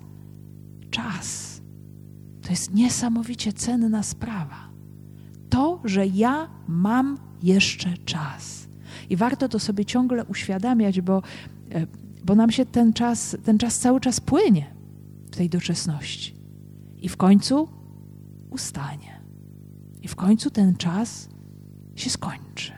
czas. To jest niesamowicie cenna sprawa. To, że ja mam jeszcze czas. I warto to sobie ciągle uświadamiać, bo, bo nam się ten czas, ten czas cały czas płynie w tej doczesności. I w końcu ustanie. I w końcu ten czas się skończy.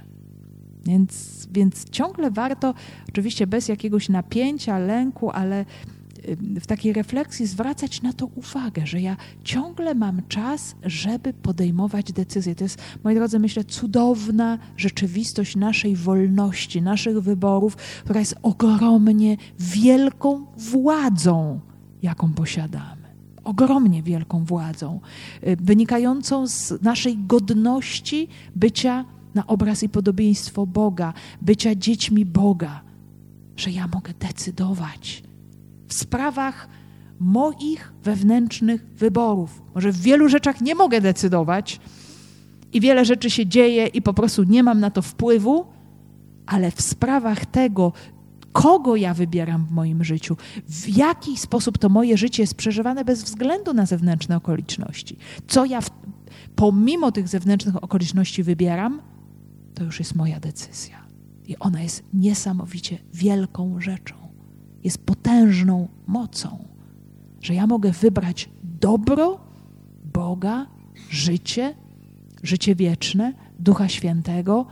Więc, więc ciągle warto, oczywiście bez jakiegoś napięcia, lęku, ale w takiej refleksji zwracać na to uwagę, że ja ciągle mam czas, żeby podejmować decyzje. To jest, moi drodzy, myślę, cudowna rzeczywistość naszej wolności, naszych wyborów, która jest ogromnie wielką władzą, jaką posiadamy. Ogromnie wielką władzą, wynikającą z naszej godności bycia na obraz i podobieństwo Boga, bycia dziećmi Boga, że ja mogę decydować w sprawach moich wewnętrznych wyborów. Może w wielu rzeczach nie mogę decydować i wiele rzeczy się dzieje i po prostu nie mam na to wpływu, ale w sprawach tego, kogo ja wybieram w moim życiu, w jaki sposób to moje życie jest przeżywane bez względu na zewnętrzne okoliczności. Co ja w, pomimo tych zewnętrznych okoliczności wybieram, to już jest moja decyzja. I ona jest niesamowicie wielką rzeczą. Jest potężną mocą, że ja mogę wybrać dobro Boga, życie, życie wieczne, Ducha Świętego,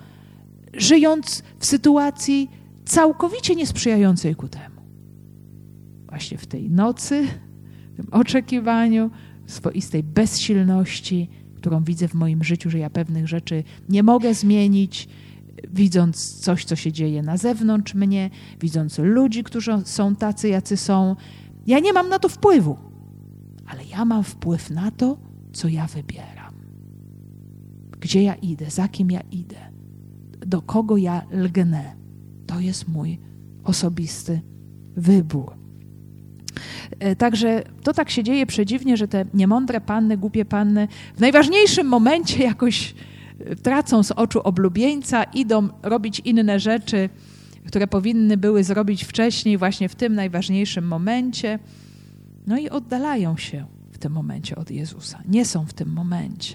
żyjąc w sytuacji całkowicie niesprzyjającej ku temu. Właśnie w tej nocy, w tym oczekiwaniu, w swoistej bezsilności, którą widzę w moim życiu, że ja pewnych rzeczy nie mogę zmienić, widząc coś, co się dzieje na zewnątrz mnie, widząc ludzi, którzy są tacy, jacy są. Ja nie mam na to wpływu, ale ja mam wpływ na to, co ja wybieram. Gdzie ja idę, za kim ja idę, do kogo ja lgnę. To jest mój osobisty wybór. Także to tak się dzieje przedziwnie, że te niemądre panny, głupie panny w najważniejszym momencie jakoś tracą z oczu oblubieńca, idą robić inne rzeczy, które powinny były zrobić wcześniej, właśnie w tym najważniejszym momencie. No i oddalają się w tym momencie od Jezusa. Nie są w tym momencie.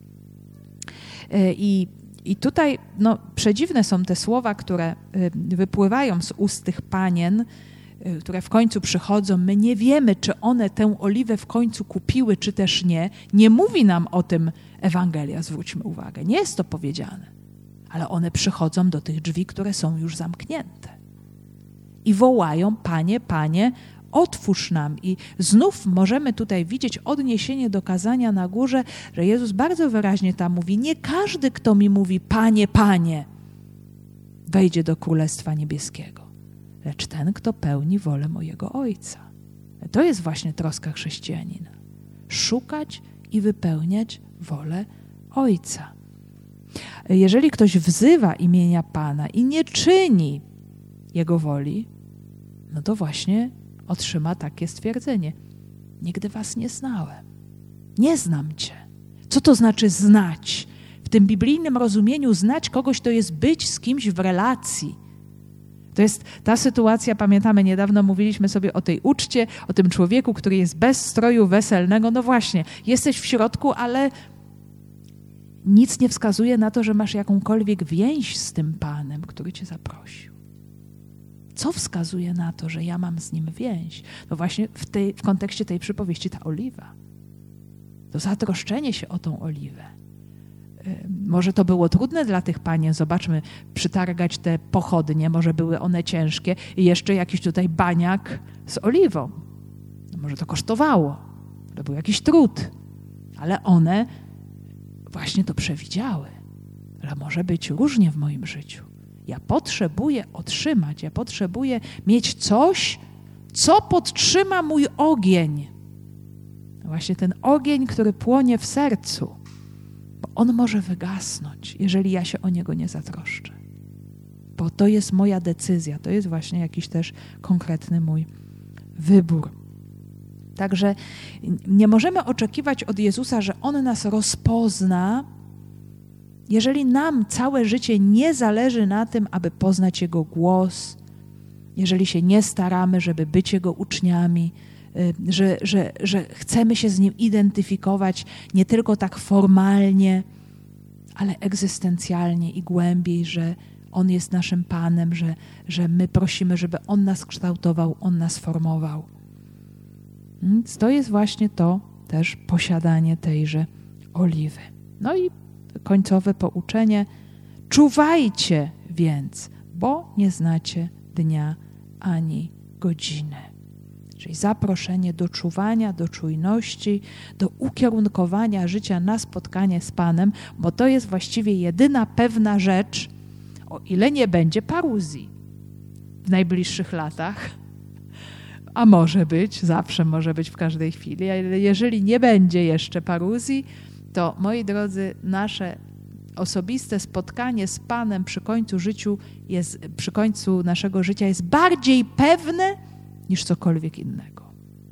I, i tutaj no, przedziwne są te słowa, które wypływają z ust tych panien, które w końcu przychodzą. My nie wiemy, czy one tę oliwę w końcu kupiły, czy też nie. Nie mówi nam o tym Ewangelia, zwróćmy uwagę. Nie jest to powiedziane. Ale one przychodzą do tych drzwi, które są już zamknięte. I wołają: Panie, Panie, otwórz nam. I znów możemy tutaj widzieć odniesienie do kazania na górze, że Jezus bardzo wyraźnie tam mówi: nie każdy, kto mi mówi Panie, Panie, wejdzie do Królestwa Niebieskiego, lecz ten, kto pełni wolę mojego Ojca. To jest właśnie troska chrześcijanina. Szukać i wypełniać wolę Ojca. Jeżeli ktoś wzywa imienia Pana i nie czyni Jego woli, no to właśnie otrzyma takie stwierdzenie: nigdy was nie znałem. Nie znam cię. Co to znaczy znać? W tym biblijnym rozumieniu znać kogoś to jest być z kimś w relacji. To jest ta sytuacja, pamiętamy, niedawno mówiliśmy sobie o tej uczcie, o tym człowieku, który jest bez stroju weselnego. No właśnie, jesteś w środku, ale nic nie wskazuje na to, że masz jakąkolwiek więź z tym Panem, który cię zaprosił. Co wskazuje na to, że ja mam z nim więź? No właśnie w, tej, w kontekście tej przypowieści ta oliwa. To zatroszczenie się o tą oliwę. Może to było trudne dla tych panien, zobaczmy, przytargać te pochodnie, może były one ciężkie i jeszcze jakiś tutaj baniak z oliwą. Może to kosztowało, to był jakiś trud, ale one właśnie to przewidziały, że może być różnie w moim życiu. Ja potrzebuję otrzymać, ja potrzebuję mieć coś, co podtrzyma mój ogień. Właśnie ten ogień, który płonie w sercu, bo on może wygasnąć, jeżeli ja się o niego nie zatroszczę. Bo to jest moja decyzja, to jest właśnie jakiś też konkretny mój wybór. Także nie możemy oczekiwać od Jezusa, że On nas rozpozna, jeżeli nam całe życie nie zależy na tym, aby poznać Jego głos, jeżeli się nie staramy, żeby być Jego uczniami, że, że, że chcemy się z Nim identyfikować nie tylko tak formalnie, ale egzystencjalnie i głębiej, że On jest naszym Panem, że, że my prosimy, żeby On nas kształtował, On nas formował. Więc to jest właśnie to też posiadanie tejże oliwy. No i końcowe pouczenie: czuwajcie więc, bo nie znacie dnia ani godziny. Czyli zaproszenie do czuwania, do czujności, do ukierunkowania życia na spotkanie z Panem, bo to jest właściwie jedyna pewna rzecz, o ile nie będzie paruzji w najbliższych latach. A może być, zawsze może być w każdej chwili, ale jeżeli nie będzie jeszcze paruzji, to moi drodzy, nasze osobiste spotkanie z Panem przy końcu życiu jest, przy końcu naszego życia jest bardziej pewne niż cokolwiek innego.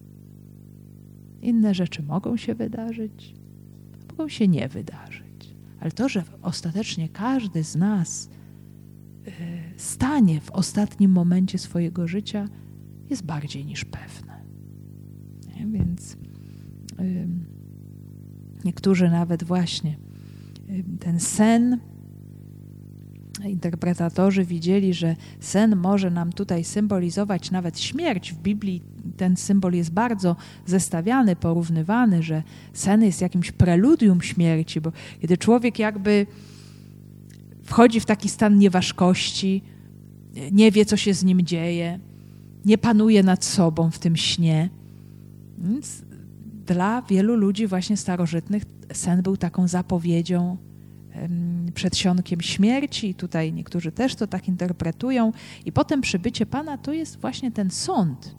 Inne rzeczy mogą się wydarzyć, mogą się nie wydarzyć, ale to, że ostatecznie każdy z nas y, stanie w ostatnim momencie swojego życia, jest bardziej niż pewne. Nie? Więc y, niektórzy nawet właśnie y, ten sen, interpretatorzy widzieli, że sen może nam tutaj symbolizować nawet śmierć. W Biblii ten symbol jest bardzo zestawiany, porównywany, że sen jest jakimś preludium śmierci, bo kiedy człowiek jakby wchodzi w taki stan nieważkości, nie wie, co się z nim dzieje, nie panuje nad sobą w tym śnie. Więc dla wielu ludzi właśnie starożytnych sen był taką zapowiedzią, przedsionkiem śmierci. I tutaj niektórzy też to tak interpretują. I potem przybycie Pana to jest właśnie ten sąd.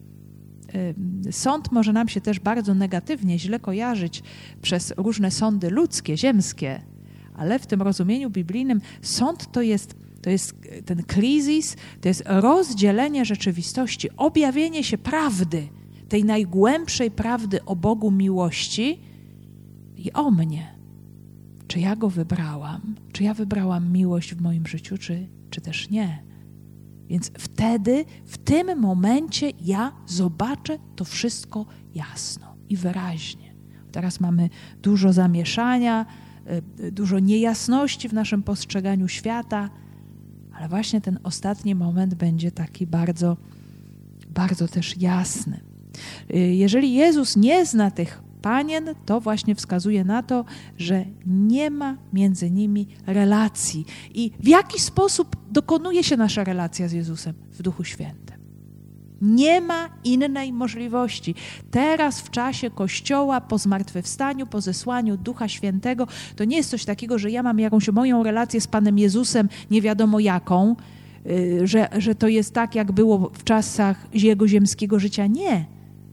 Sąd może nam się też bardzo negatywnie, źle kojarzyć przez różne sądy ludzkie, ziemskie, ale w tym rozumieniu biblijnym sąd to jest To jest ten kryzys, to jest rozdzielenie rzeczywistości, objawienie się prawdy, tej najgłębszej prawdy o Bogu miłości i o mnie. Czy ja Go wybrałam? Czy ja wybrałam miłość w moim życiu, czy, czy też nie? Więc wtedy, w tym momencie ja zobaczę to wszystko jasno i wyraźnie. Teraz mamy dużo zamieszania, dużo niejasności w naszym postrzeganiu świata, ale właśnie ten ostatni moment będzie taki bardzo, bardzo też jasny. Jeżeli Jezus nie zna tych panien, to właśnie wskazuje na to, że nie ma między nimi relacji. I w jaki sposób dokonuje się nasza relacja z Jezusem? W Duchu Świętym. Nie ma innej możliwości. Teraz w czasie Kościoła, po zmartwychwstaniu, po zesłaniu Ducha Świętego, to nie jest coś takiego, że ja mam jakąś moją relację z Panem Jezusem, nie wiadomo jaką, że, że to jest tak, jak było w czasach Jego ziemskiego życia. Nie.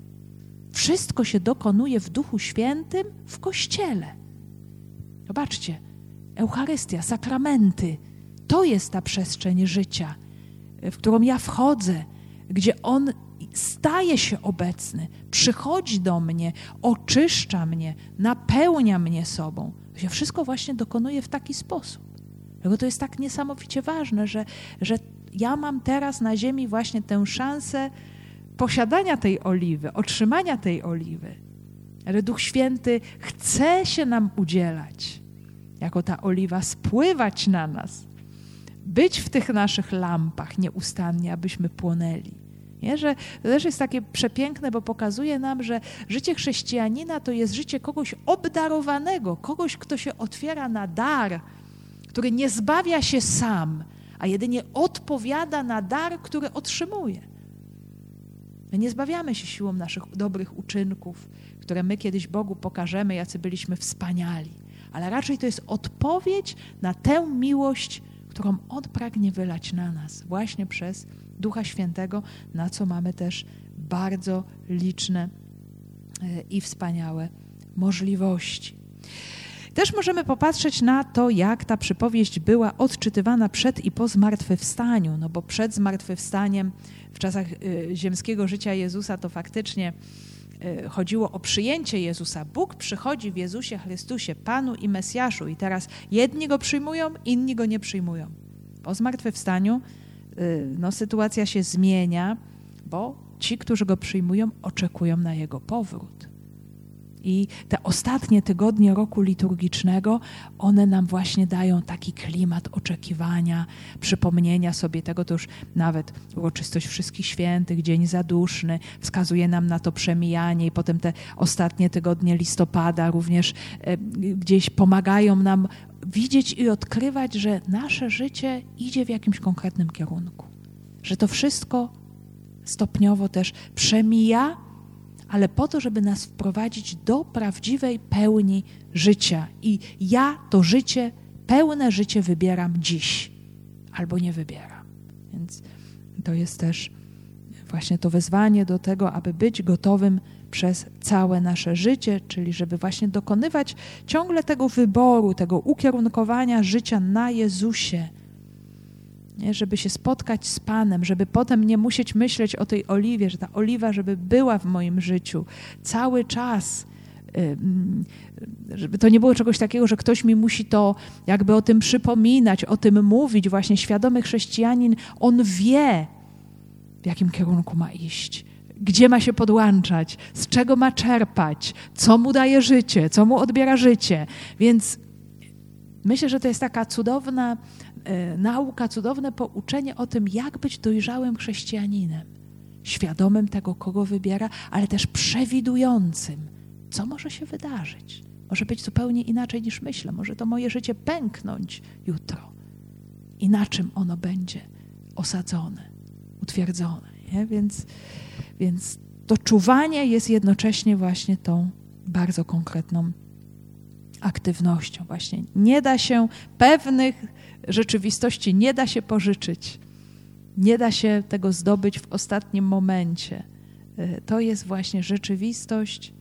Wszystko się dokonuje w Duchu Świętym w Kościele. Zobaczcie, Eucharystia, sakramenty, to jest ta przestrzeń życia, w którą ja wchodzę, gdzie On staje się obecny, przychodzi do mnie, oczyszcza mnie, napełnia mnie sobą. To się wszystko właśnie dokonuje w taki sposób. Dlatego to jest tak niesamowicie ważne, że, że ja mam teraz na ziemi właśnie tę szansę posiadania tej oliwy, otrzymania tej oliwy. Ale Duch Święty chce się nam udzielać, jako ta oliwa spływać na nas, być w tych naszych lampach nieustannie, abyśmy płonęli. Nie? Że to też jest takie przepiękne, bo pokazuje nam, że życie chrześcijanina to jest życie kogoś obdarowanego, kogoś, kto się otwiera na dar, który nie zbawia się sam, a jedynie odpowiada na dar, który otrzymuje. My nie zbawiamy się siłą naszych dobrych uczynków, które my kiedyś Bogu pokażemy, jacy byliśmy wspaniali. Ale raczej to jest odpowiedź na tę miłość, którą On pragnie wylać na nas właśnie przez Ducha Świętego, na co mamy też bardzo liczne i wspaniałe możliwości. Też możemy popatrzeć na to, jak ta przypowieść była odczytywana przed i po zmartwychwstaniu, no bo przed zmartwychwstaniem w czasach ziemskiego życia Jezusa to faktycznie chodziło o przyjęcie Jezusa. Bóg przychodzi w Jezusie Chrystusie, Panu i Mesjaszu i teraz jedni Go przyjmują, inni Go nie przyjmują. Po zmartwychwstaniu no, sytuacja się zmienia, bo ci, którzy Go przyjmują, oczekują na Jego powrót. I te ostatnie tygodnie roku liturgicznego, one nam właśnie dają taki klimat oczekiwania, przypomnienia sobie tego, to już nawet uroczystość Wszystkich Świętych, Dzień Zaduszny, wskazuje nam na to przemijanie i potem te ostatnie tygodnie listopada również e, gdzieś pomagają nam widzieć i odkrywać, że nasze życie idzie w jakimś konkretnym kierunku. Że to wszystko stopniowo też przemija, ale po to, żeby nas wprowadzić do prawdziwej pełni życia. I ja to życie, pełne życie wybieram dziś, albo nie wybieram. Więc to jest też właśnie to wezwanie do tego, aby być gotowym przez całe nasze życie, czyli żeby właśnie dokonywać ciągle tego wyboru, tego ukierunkowania życia na Jezusie. Nie? Żeby się spotkać z Panem, żeby potem nie musieć myśleć o tej oliwie, że ta oliwa, żeby była w moim życiu cały czas. Żeby to nie było czegoś takiego, że ktoś mi musi to jakby o tym przypominać, o tym mówić. Właśnie świadomy chrześcijanin, on wie, w jakim kierunku ma iść, gdzie ma się podłączać, z czego ma czerpać, co mu daje życie, co mu odbiera życie. Więc myślę, że to jest taka cudowna e, nauka, cudowne pouczenie o tym, jak być dojrzałym chrześcijaninem. Świadomym tego, kogo wybiera, ale też przewidującym, co może się wydarzyć. Może być zupełnie inaczej niż myślę. Może to moje życie pęknąć jutro. I na czym ono będzie osadzone, utwierdzone. Nie? Więc, więc to czuwanie jest jednocześnie właśnie tą bardzo konkretną aktywnością. Właśnie nie da się pewnych rzeczywistości, nie da się pożyczyć. Nie da się tego zdobyć w ostatnim momencie. To jest właśnie rzeczywistość,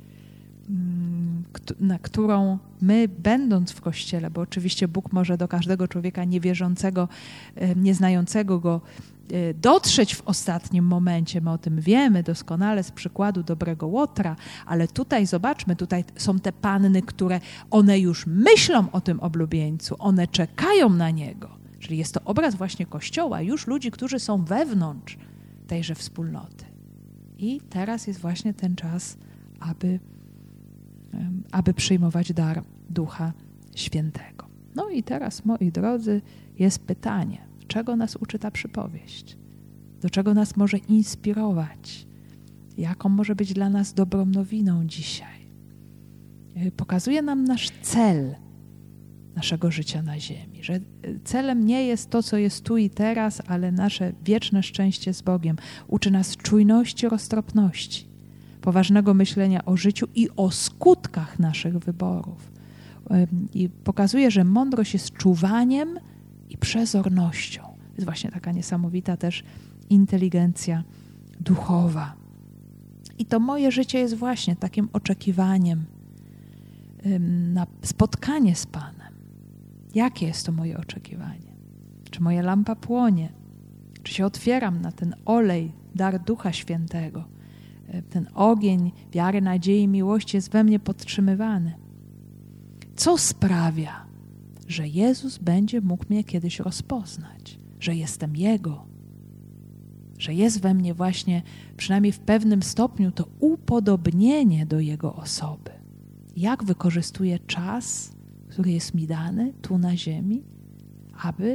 na którą my, będąc w Kościele, bo oczywiście Bóg może do każdego człowieka niewierzącego, nieznającego Go dotrzeć w ostatnim momencie. My o tym wiemy doskonale z przykładu dobrego Łotra, ale tutaj zobaczmy, tutaj są te panny, które one już myślą o tym oblubieńcu, one czekają na Niego. Czyli jest to obraz właśnie Kościoła, już ludzi, którzy są wewnątrz tejże wspólnoty. I teraz jest właśnie ten czas, aby, aby przyjmować dar Ducha Świętego. No i teraz, moi drodzy, jest pytanie, czego nas uczy ta przypowieść? Do czego nas może inspirować? Jaką może być dla nas dobrą nowiną dzisiaj? Pokazuje nam nasz cel naszego życia na ziemi, że celem nie jest to, co jest tu i teraz, ale nasze wieczne szczęście z Bogiem. Uczy nas czujności, roztropności, poważnego myślenia o życiu i o skutkach naszych wyborów. I pokazuje, że mądrość jest czuwaniem i przezornością. Jest właśnie taka niesamowita też inteligencja duchowa. I to moje życie jest właśnie takim oczekiwaniem na spotkanie z Panem. Jakie jest to moje oczekiwanie? Czy moja lampa płonie? Czy się otwieram na ten olej, dar Ducha Świętego? Ten ogień wiary, nadziei, miłości jest we mnie podtrzymywany. Co sprawia, że Jezus będzie mógł mnie kiedyś rozpoznać? Że jestem Jego? Że jest we mnie właśnie, przynajmniej w pewnym stopniu, to upodobnienie do Jego osoby. Jak wykorzystuję czas, który jest mi dany tu na ziemi, aby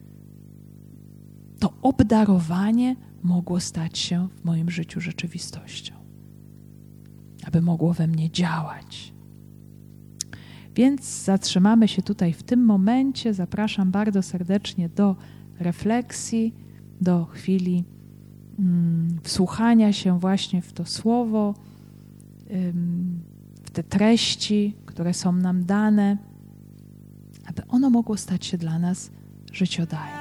to obdarowanie mogło stać się w moim życiu rzeczywistością. Aby mogło we mnie działać. Więc zatrzymamy się tutaj w tym momencie. Zapraszam bardzo serdecznie do refleksji, do chwili mm, wsłuchania się właśnie w to słowo, ym, w te treści, które są nam dane, aby ono mogło stać się dla nas życiodajne.